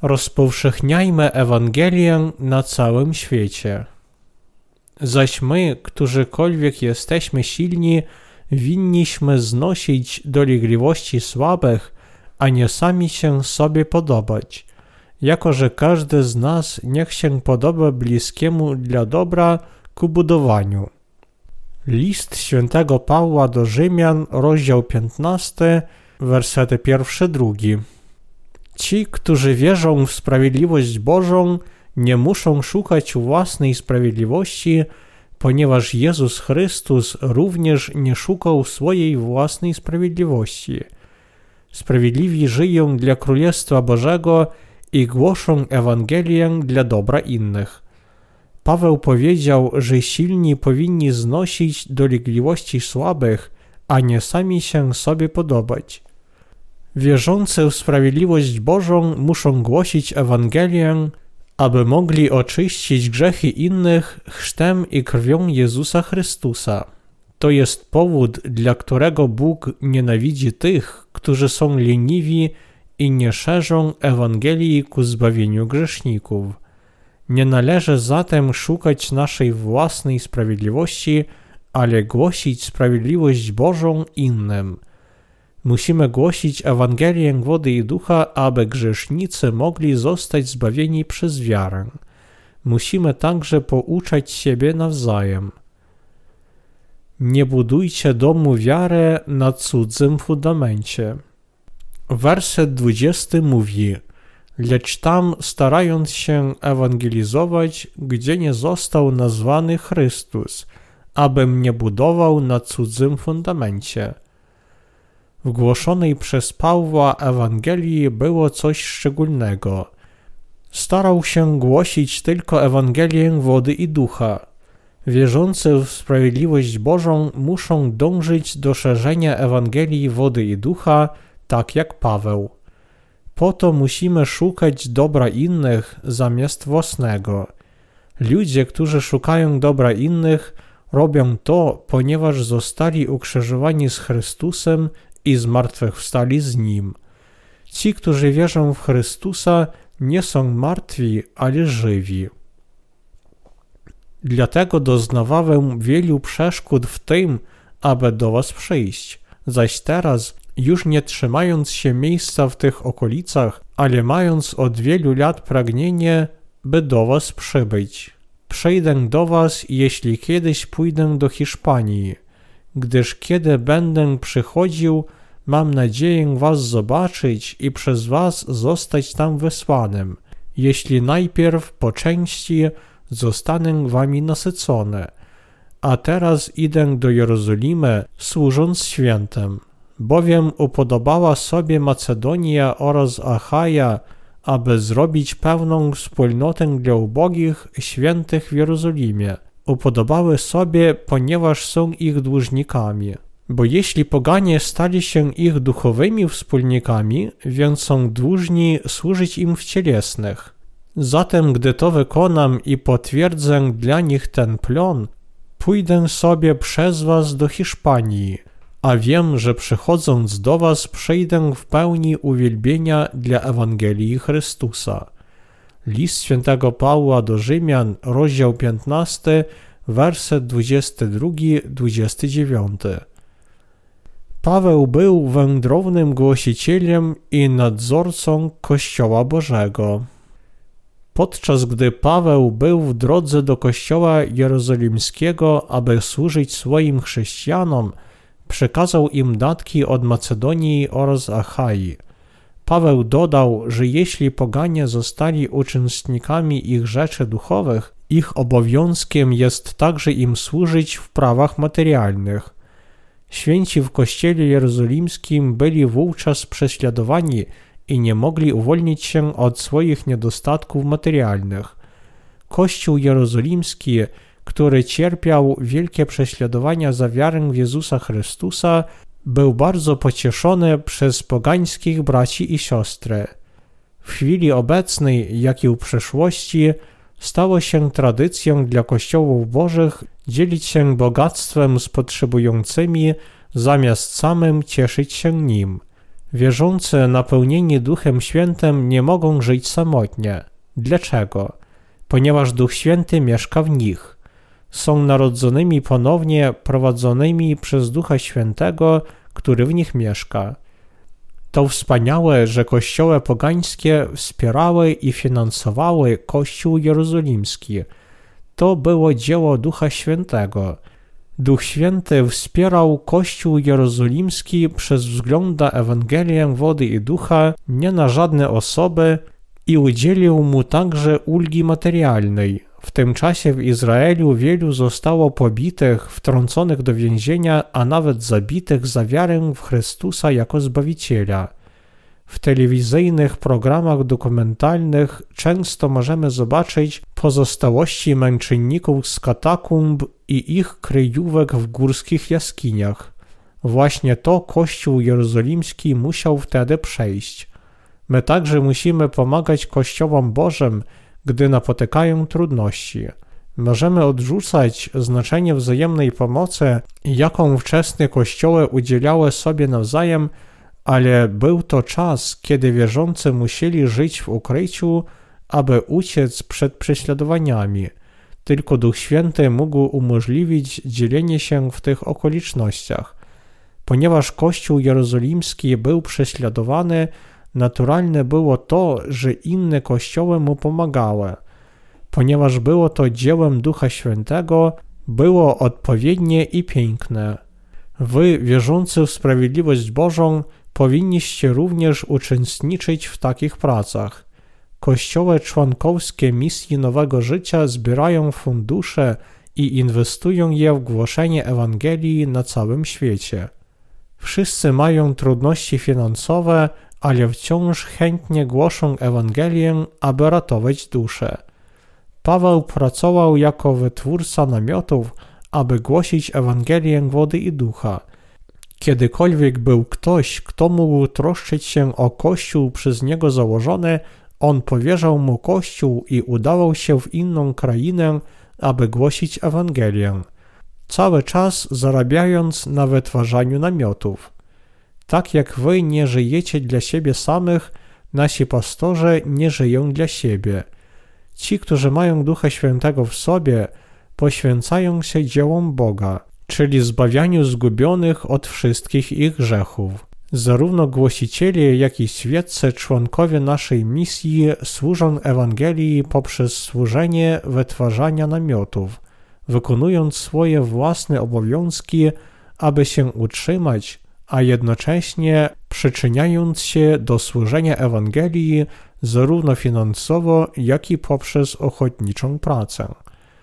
Rozpowszechniajmy Ewangelię na całym świecie. Zaś my, którzykolwiek jesteśmy silni, winniśmy znosić dolegliwości słabych, a nie sami się sobie podobać, jako że każdy z nas niech się podoba bliskiemu dla dobra ku budowaniu. List świętego Pawła do Rzymian, rozdział 15, wersety 1-2. Ci, którzy wierzą w sprawiedliwość Bożą, nie muszą szukać własnej sprawiedliwości, ponieważ Jezus Chrystus również nie szukał swojej własnej sprawiedliwości. Sprawiedliwi żyją dla Królestwa Bożego i głoszą Ewangelię dla dobra innych. Paweł powiedział, że silni powinni znosić dolegliwości słabych, a nie sami się sobie podobać. Wierzący w sprawiedliwość Bożą muszą głosić Ewangelię, aby mogli oczyścić grzechy innych chrztem i krwią Jezusa Chrystusa. To jest powód, dla którego Bóg nienawidzi tych, którzy są leniwi i nie szerzą Ewangelii ku zbawieniu grzeszników. Nie należy zatem szukać naszej własnej sprawiedliwości, ale głosić sprawiedliwość Bożą innym. Musimy głosić Ewangelię wody i ducha, aby grzesznicy mogli zostać zbawieni przez wiarę. Musimy także pouczać siebie nawzajem. Nie budujcie domu wiary na cudzym fundamencie. Werset 20 mówi: lecz tam, starając się ewangelizować, gdzie nie został nazwany Chrystus, abym nie budował na cudzym fundamencie. W głoszonej przez Pawła Ewangelii było coś szczególnego. Starał się głosić tylko Ewangelię wody i ducha. Wierzący w sprawiedliwość Bożą muszą dążyć do szerzenia Ewangelii wody i ducha, tak jak Paweł. Po to musimy szukać dobra innych zamiast własnego. Ludzie, którzy szukają dobra innych, robią to, ponieważ zostali ukrzyżowani z Chrystusem i zmartwychwstali z Nim. Ci, którzy wierzą w Chrystusa, nie są martwi, ale żywi. Dlatego doznawałem wielu przeszkód w tym, aby do was przyjść. Zaś teraz, już nie trzymając się miejsca w tych okolicach, ale mając od wielu lat pragnienie, by do was przybyć. Przyjdę do was, jeśli kiedyś pójdę do Hiszpanii, gdyż kiedy będę przychodził, mam nadzieję was zobaczyć i przez was zostać tam wysłanym, jeśli najpierw po części zostanę wami nasycony. A teraz idę do Jerozolimy, służąc świętem, bowiem upodobała sobie Macedonia oraz Achaja, aby zrobić pełną wspólnotę dla ubogich świętych w Jerozolimie. Upodobały sobie, ponieważ są ich dłużnikami. Bo jeśli poganie stali się ich duchowymi wspólnikami, więc są dłużni służyć im w cielesnych. Zatem, gdy to wykonam i potwierdzę dla nich ten plon, pójdę sobie przez was do Hiszpanii, a wiem, że przychodząc do was przyjdę w pełni uwielbienia dla Ewangelii Chrystusa. List świętego Pawła do Rzymian, rozdział 15, werset 22-29. Paweł był wędrownym głosicielem i nadzorcą Kościoła Bożego. Podczas gdy Paweł był w drodze do Kościoła Jerozolimskiego, aby służyć swoim chrześcijanom, przekazał im datki od Macedonii oraz Achai. Paweł dodał, że jeśli poganie zostali uczestnikami ich rzeczy duchowych, ich obowiązkiem jest także im służyć w prawach materialnych. Święci w Kościele Jerozolimskim byli wówczas prześladowani i nie mogli uwolnić się od swoich niedostatków materialnych. Kościół Jerozolimski, który cierpiał wielkie prześladowania za wiarę w Jezusa Chrystusa, był bardzo pocieszony przez pogańskich braci i siostry. W chwili obecnej, jak i w przeszłości, stało się tradycją dla kościołów bożych dzielić się bogactwem z potrzebującymi, zamiast samym cieszyć się nim. Wierzący napełnieni Duchem Świętym nie mogą żyć samotnie. Dlaczego? Ponieważ Duch Święty mieszka w nich. Są narodzonymi ponownie, prowadzonymi przez Ducha Świętego, który w nich mieszka. To wspaniałe, że kościoły pogańskie wspierały i finansowały Kościół Jerozolimski. To było dzieło Ducha Świętego. Duch Święty wspierał Kościół Jerozolimski przez wzgląd na Ewangelię wody i ducha, nie na żadne osoby i udzielił mu także ulgi materialnej. W tym czasie w Izraelu wielu zostało pobitych, wtrąconych do więzienia, a nawet zabitych za wiarę w Chrystusa jako Zbawiciela. W telewizyjnych programach dokumentalnych często możemy zobaczyć pozostałości męczenników z katakumb i ich kryjówek w górskich jaskiniach. Właśnie to Kościół Jerozolimski musiał wtedy przejść. My także musimy pomagać Kościołom Bożym, gdy napotykają trudności. Możemy odrzucać znaczenie wzajemnej pomocy, jaką wczesne kościoły udzielały sobie nawzajem, ale był to czas, kiedy wierzący musieli żyć w ukryciu, aby uciec przed prześladowaniami. Tylko Duch Święty mógł umożliwić dzielenie się w tych okolicznościach. Ponieważ Kościół Jerozolimski był prześladowany, naturalne było to, że inne kościoły mu pomagały. Ponieważ było to dziełem Ducha Świętego, było odpowiednie i piękne. Wy, wierzący w sprawiedliwość Bożą, powinniście również uczestniczyć w takich pracach. Kościoły członkowskie Misji Nowego Życia zbierają fundusze i inwestują je w głoszenie Ewangelii na całym świecie. Wszyscy mają trudności finansowe, ale wciąż chętnie głoszą Ewangelię, aby ratować dusze. Paweł pracował jako wytwórca namiotów, aby głosić Ewangelię wody i ducha. Kiedykolwiek był ktoś, kto mógł troszczyć się o Kościół przez niego założony, on powierzał mu Kościół i udawał się w inną krainę, aby głosić Ewangelię. Cały czas zarabiając na wytwarzaniu namiotów. Tak jak wy nie żyjecie dla siebie samych, nasi pastorzy nie żyją dla siebie. Ci, którzy mają Ducha Świętego w sobie, poświęcają się dziełom Boga, czyli zbawianiu zgubionych od wszystkich ich grzechów. Zarówno głosiciele, jak i świeccy członkowie naszej misji służą Ewangelii poprzez służenie wytwarzania namiotów, wykonując swoje własne obowiązki, aby się utrzymać, a jednocześnie przyczyniając się do służenia Ewangelii zarówno finansowo, jak i poprzez ochotniczą pracę.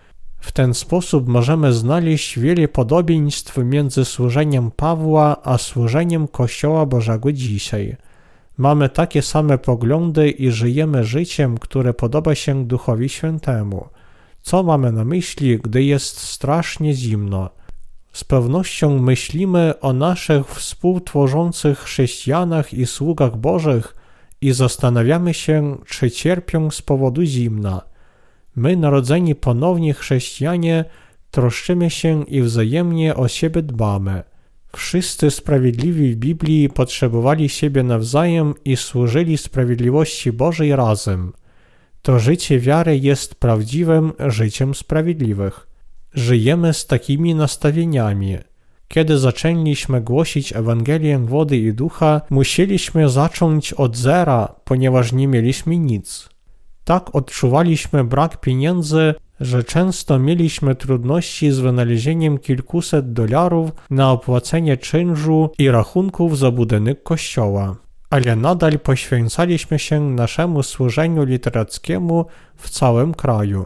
W ten sposób możemy znaleźć wiele podobieństw między służeniem Pawła a służeniem Kościoła Bożego dzisiaj. Mamy takie same poglądy i żyjemy życiem, które podoba się Duchowi Świętemu. Co mamy na myśli, gdy jest strasznie zimno? Z pewnością myślimy o naszych współtworzących chrześcijanach i sługach Bożych i zastanawiamy się, czy cierpią z powodu zimna. My, narodzeni ponownie chrześcijanie, troszczymy się i wzajemnie o siebie dbamy. Wszyscy sprawiedliwi w Biblii potrzebowali siebie nawzajem i służyli sprawiedliwości Bożej razem. To życie wiary jest prawdziwym życiem sprawiedliwych. Żyjemy z takimi nastawieniami. Kiedy zaczęliśmy głosić Ewangelię wody i ducha, musieliśmy zacząć od zera, ponieważ nie mieliśmy nic. Tak odczuwaliśmy brak pieniędzy, że często mieliśmy trudności z wynalezieniem kilkuset dolarów na opłacenie czynszu i rachunków za budynek kościoła. Ale nadal poświęcaliśmy się naszemu służeniu literackiemu w całym kraju.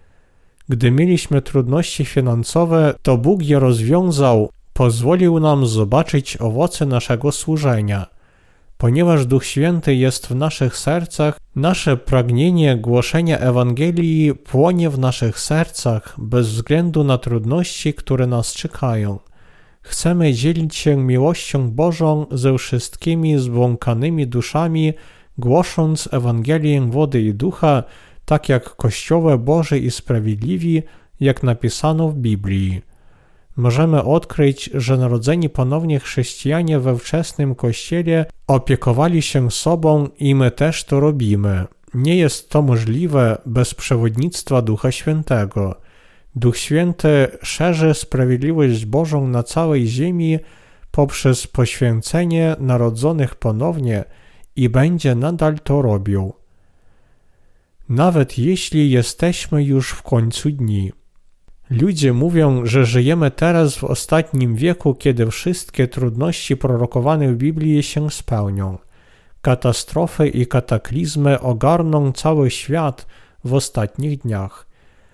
Gdy mieliśmy trudności finansowe, to Bóg je rozwiązał, pozwolił nam zobaczyć owoce naszego służenia. Ponieważ Duch Święty jest w naszych sercach, nasze pragnienie głoszenia Ewangelii płonie w naszych sercach bez względu na trudności, które nas czekają. Chcemy dzielić się miłością Bożą ze wszystkimi zbłąkanymi duszami, głosząc Ewangelię wody i ducha, tak jak Kościoły Boży i Sprawiedliwi, jak napisano w Biblii. Możemy odkryć, że narodzeni ponownie chrześcijanie we wczesnym Kościele opiekowali się sobą i my też to robimy. Nie jest to możliwe bez przewodnictwa Ducha Świętego. Duch Święty szerzy sprawiedliwość Bożą na całej ziemi poprzez poświęcenie narodzonych ponownie i będzie nadal to robił. Nawet jeśli jesteśmy już w końcu dni. Ludzie mówią, że żyjemy teraz w ostatnim wieku, kiedy wszystkie trudności prorokowane w Biblii się spełnią. Katastrofy i kataklizmy ogarną cały świat w ostatnich dniach.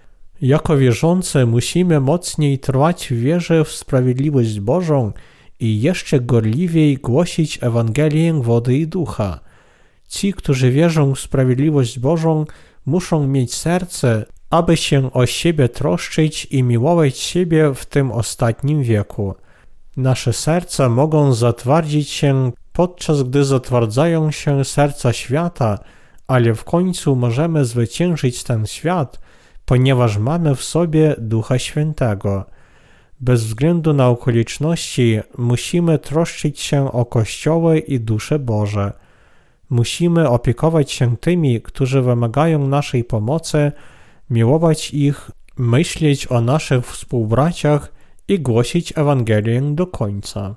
Jako wierzący musimy mocniej trwać w wierze w sprawiedliwość Bożą i jeszcze gorliwiej głosić Ewangelię wody i ducha. Ci, którzy wierzą w sprawiedliwość Bożą, muszą mieć serce, aby się o siebie troszczyć i miłować siebie w tym ostatnim wieku. Nasze serca mogą zatwardzić się, podczas gdy zatwardzają się serca świata, ale w końcu możemy zwyciężyć ten świat, ponieważ mamy w sobie Ducha Świętego. Bez względu na okoliczności musimy troszczyć się o Kościoły i dusze Boże. Musimy opiekować się tymi, którzy wymagają naszej pomocy, miłować ich, myśleć o naszych współbraciach i głosić Ewangelię do końca.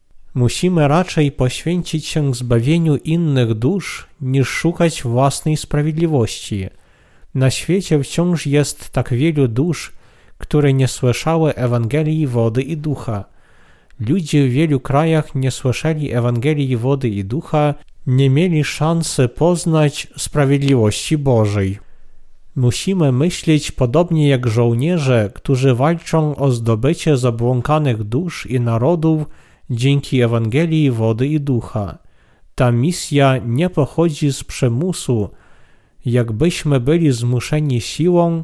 Musimy raczej poświęcić się zbawieniu innych dusz, niż szukać własnej sprawiedliwości. Na świecie wciąż jest tak wielu dusz, które nie słyszały Ewangelii wody i ducha. Ludzie w wielu krajach nie słyszeli Ewangelii wody i ducha, nie mieli szansy poznać sprawiedliwości Bożej. Musimy myśleć podobnie jak żołnierze, którzy walczą o zdobycie zabłąkanych dusz i narodów dzięki Ewangelii wody i ducha. Ta misja nie pochodzi z przymusu, jakbyśmy byli zmuszeni siłą,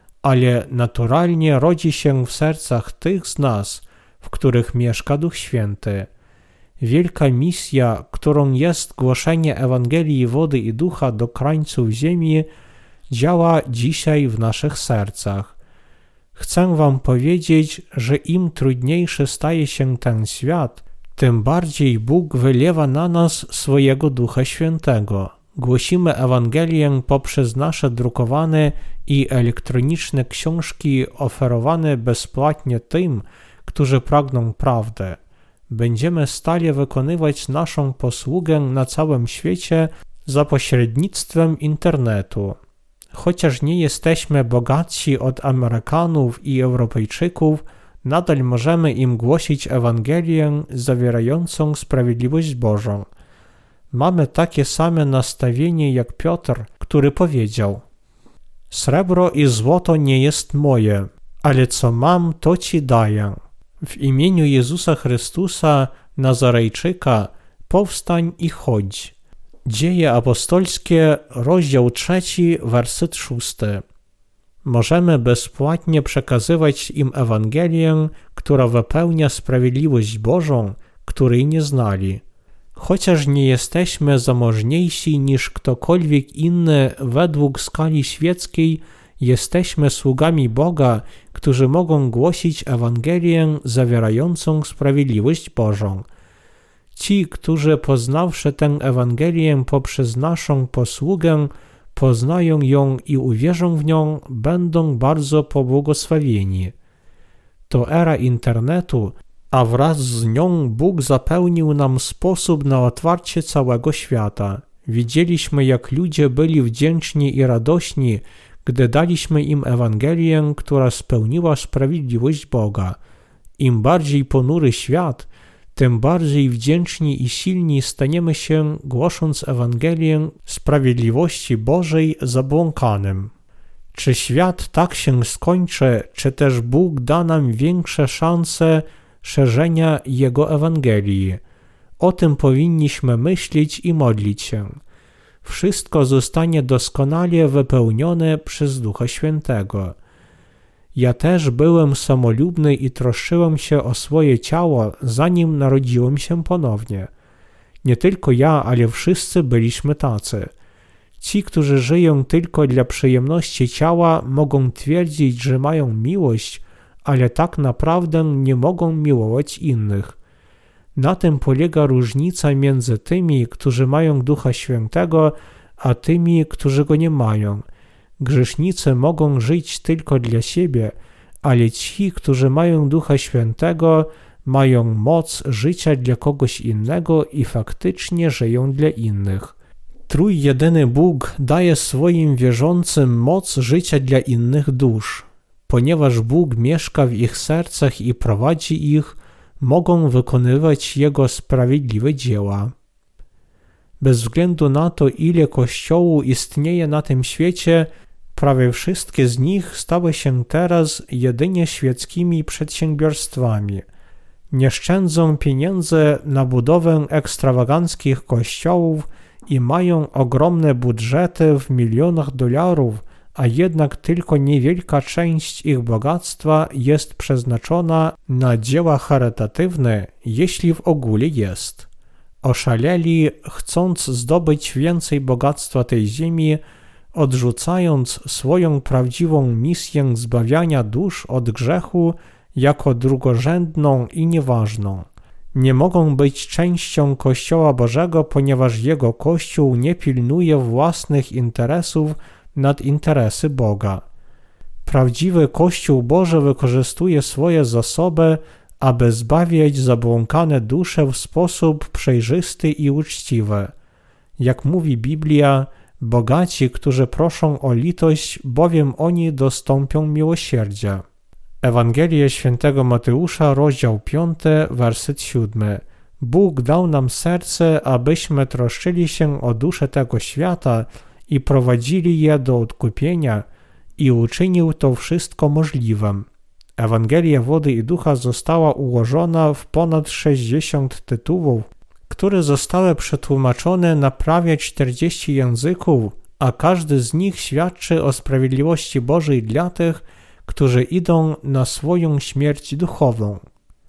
ale naturalnie rodzi się w sercach tych z nas, w których mieszka Duch Święty. Wielka misja, którą jest głoszenie Ewangelii wody i ducha do krańców ziemi, działa dzisiaj w naszych sercach. Chcę wam powiedzieć, że im trudniejszy staje się ten świat, tym bardziej Bóg wylewa na nas swojego Ducha Świętego. Głosimy Ewangelię poprzez nasze drukowane i elektroniczne książki oferowane bezpłatnie tym, którzy pragną prawdy. Będziemy stale wykonywać naszą posługę na całym świecie za pośrednictwem internetu. Chociaż nie jesteśmy bogatsi od Amerykanów i Europejczyków, nadal możemy im głosić Ewangelię zawierającą sprawiedliwość Bożą. Mamy takie same nastawienie jak Piotr, który powiedział: Srebro i złoto nie jest moje, ale co mam, to ci daję. W imieniu Jezusa Chrystusa, Nazarejczyka, powstań i chodź. Dzieje apostolskie, rozdział 3, werset 6. Możemy bezpłatnie przekazywać im Ewangelię, która wypełnia sprawiedliwość Bożą, której nie znali. Chociaż nie jesteśmy zamożniejsi niż ktokolwiek inny według skali świeckiej, jesteśmy sługami Boga, którzy mogą głosić Ewangelię zawierającą sprawiedliwość Bożą. Ci, którzy poznawszy tę Ewangelię poprzez naszą posługę, poznają ją i uwierzą w nią, będą bardzo pobłogosławieni. To era internetu, a wraz z nią Bóg zapełnił nam sposób na otwarcie całego świata. Widzieliśmy, jak ludzie byli wdzięczni i radośni, gdy daliśmy im Ewangelię, która spełniła sprawiedliwość Boga. Im bardziej ponury świat, tym bardziej wdzięczni i silni staniemy się, głosząc Ewangelię sprawiedliwości Bożej zabłąkanym. Czy świat tak się skończy, czy też Bóg da nam większe szanse szerzenia Jego Ewangelii? O tym powinniśmy myśleć i modlić się. Wszystko zostanie doskonale wypełnione przez Ducha Świętego. Ja też byłem samolubny i troszczyłem się o swoje ciało, zanim narodziłem się ponownie. Nie tylko ja, ale wszyscy byliśmy tacy. Ci, którzy żyją tylko dla przyjemności ciała, mogą twierdzić, że mają miłość, ale tak naprawdę nie mogą miłować innych. Na tym polega różnica między tymi, którzy mają Ducha Świętego, a tymi, którzy go nie mają. Grzesznicy mogą żyć tylko dla siebie, ale ci, którzy mają Ducha Świętego, mają moc życia dla kogoś innego i faktycznie żyją dla innych. Trójjedyny Bóg daje swoim wierzącym moc życia dla innych dusz. Ponieważ Bóg mieszka w ich sercach i prowadzi ich, mogą wykonywać Jego sprawiedliwe dzieła. Bez względu na to, ile kościołów istnieje na tym świecie, prawie wszystkie z nich stały się teraz jedynie świeckimi przedsiębiorstwami. Nie szczędzą pieniędzy na budowę ekstrawaganckich kościołów i mają ogromne budżety w milionach dolarów, a jednak tylko niewielka część ich bogactwa jest przeznaczona na dzieła charytatywne, jeśli w ogóle jest. Oszaleli, chcąc zdobyć więcej bogactwa tej ziemi, odrzucając swoją prawdziwą misję zbawiania dusz od grzechu jako drugorzędną i nieważną. Nie mogą być częścią Kościoła Bożego, ponieważ Jego Kościół nie pilnuje własnych interesów nad interesy Boga. Prawdziwy Kościół Boży wykorzystuje swoje zasoby, aby zbawiać zabłąkane dusze w sposób przejrzysty i uczciwy. Jak mówi Biblia, bogaci, którzy proszą o litość, bowiem oni dostąpią miłosierdzia. Ewangelia Świętego Mateusza, rozdział 5, werset 7. Bóg dał nam serce, abyśmy troszczyli się o dusze tego świata i prowadzili je do odkupienia i uczynił to wszystko możliwym. Ewangelia Wody i Ducha została ułożona w ponad 60 tytułów, które zostały przetłumaczone na prawie 40 języków, a każdy z nich świadczy o sprawiedliwości Bożej dla tych, którzy idą na swoją śmierć duchową.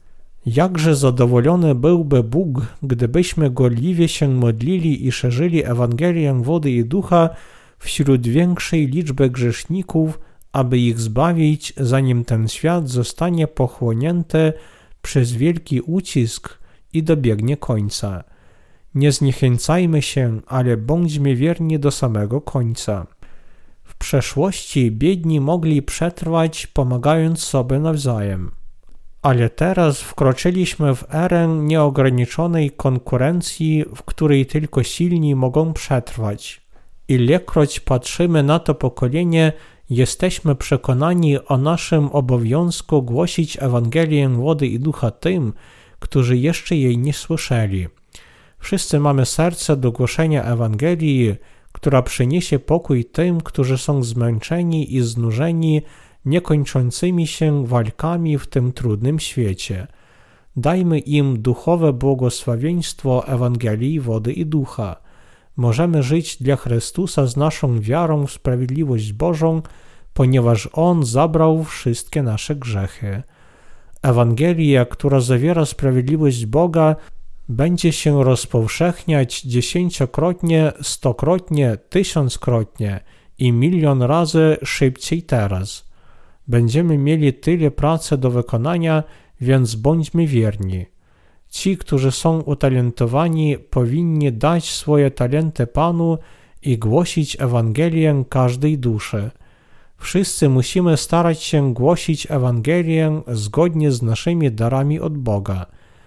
Jakże zadowolony byłby Bóg, gdybyśmy gorliwie się modlili i szerzyli Ewangelię Wody i Ducha wśród większej liczby grzeszników, aby ich zbawić, zanim ten świat zostanie pochłonięty przez wielki ucisk i dobiegnie końca. Nie zniechęcajmy się, ale bądźmy wierni do samego końca. W przeszłości biedni mogli przetrwać, pomagając sobie nawzajem. Ale teraz wkroczyliśmy w erę nieograniczonej konkurencji, w której tylko silni mogą przetrwać. Ilekroć patrzymy na to pokolenie, jesteśmy przekonani o naszym obowiązku głosić Ewangelię Wody i Ducha tym, którzy jeszcze jej nie słyszeli. Wszyscy mamy serce do głoszenia Ewangelii, która przyniesie pokój tym, którzy są zmęczeni i znużeni niekończącymi się walkami w tym trudnym świecie. Dajmy im duchowe błogosławieństwo Ewangelii Wody i Ducha. Możemy żyć dla Chrystusa z naszą wiarą w sprawiedliwość Bożą, ponieważ On zabrał wszystkie nasze grzechy. Ewangelia, która zawiera sprawiedliwość Boga, będzie się rozpowszechniać 10-krotnie, 100-krotnie, 1000-krotnie i 1 000 000 razy szybciej teraz. Będziemy mieli tyle pracy do wykonania, więc bądźmy wierni. Ci, którzy są utalentowani, powinni dać swoje talenty Panu i głosić Ewangelię każdej duszy. Wszyscy musimy starać się głosić Ewangelię zgodnie z naszymi darami od Boga.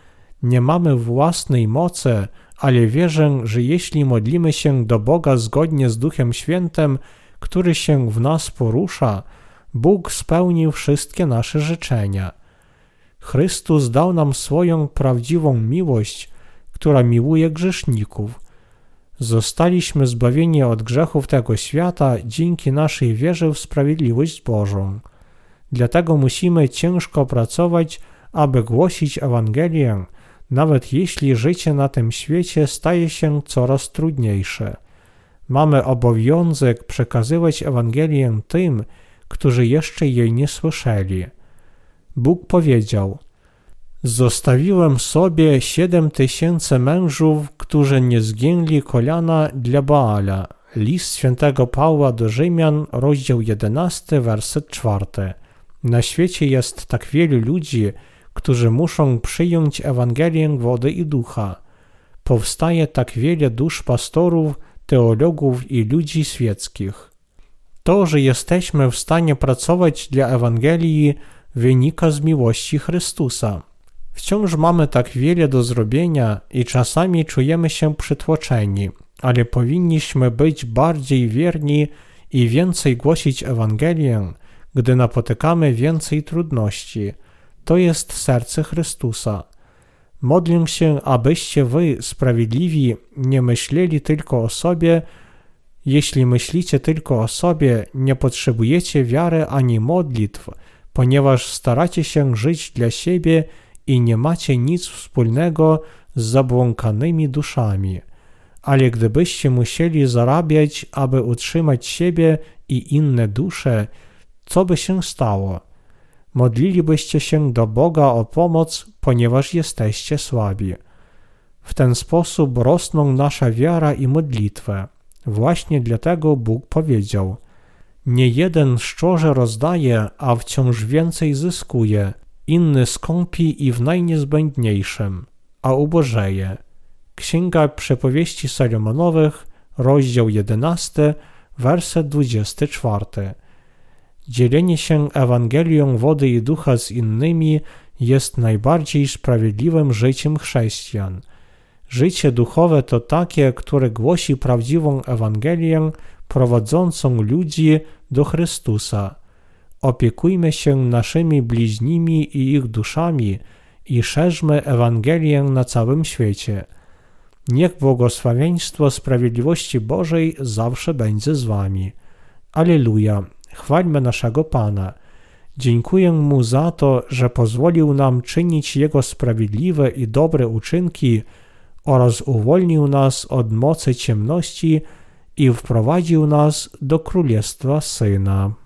Nie mamy własnej mocy, ale wierzę, że jeśli modlimy się do Boga zgodnie z Duchem Świętym, który się w nas porusza, Bóg spełnił wszystkie nasze życzenia. Chrystus dał nam swoją prawdziwą miłość, która miłuje grzeszników. Zostaliśmy zbawieni od grzechów tego świata dzięki naszej wierze w sprawiedliwość Bożą. Dlatego musimy ciężko pracować, aby głosić Ewangelię, nawet jeśli życie na tym świecie staje się coraz trudniejsze. Mamy obowiązek przekazywać Ewangelię tym, którzy jeszcze jej nie słyszeli. Bóg powiedział: zostawiłem sobie 7000 mężów, którzy nie zgięli kolana dla Baala. List świętego Pawła do Rzymian, rozdział 11, werset 4. Na świecie jest tak wielu ludzi, którzy muszą przyjąć Ewangelię wody i ducha. Powstaje tak wiele duszpastorów, teologów i ludzi świeckich. To, że jesteśmy w stanie pracować dla Ewangelii, wynika z miłości Chrystusa. Wciąż mamy tak wiele do zrobienia i czasami czujemy się przytłoczeni, ale powinniśmy być bardziej wierni i więcej głosić Ewangelię, gdy napotykamy więcej trudności. To jest serce Chrystusa. Modlę się, abyście wy, sprawiedliwi, nie myśleli tylko o sobie. Jeśli myślicie tylko o sobie, nie potrzebujecie wiary ani modlitw, ponieważ staracie się żyć dla siebie i nie macie nic wspólnego z zabłąkanymi duszami. Ale gdybyście musieli zarabiać, aby utrzymać siebie i inne dusze, co by się stało? Modlilibyście się do Boga o pomoc, ponieważ jesteście słabi. W ten sposób rosną nasza wiara i modlitwa. Właśnie dlatego Bóg powiedział: nie jeden szczodrze rozdaje, a wciąż więcej zyskuje, inny skąpi i w najniezbędniejszym, a ubożeje. Księga Przypowieści Salomonowych, rozdział 11, werset 24. Dzielenie się Ewangelią wody i ducha z innymi jest najbardziej sprawiedliwym życiem chrześcijan. Życie duchowe to takie, które głosi prawdziwą Ewangelię prowadzącą ludzi do Chrystusa. Opiekujmy się naszymi bliźnimi i ich duszami i szerzmy Ewangelię na całym świecie. Niech błogosławieństwo sprawiedliwości Bożej zawsze będzie z wami. Alleluja! Chwalmy naszego Pana. Dziękuję Mu za to, że pozwolił nam czynić Jego sprawiedliwe i dobre uczynki oraz uwolnił nas od mocy ciemności i wprowadził nas do Królestwa Syna.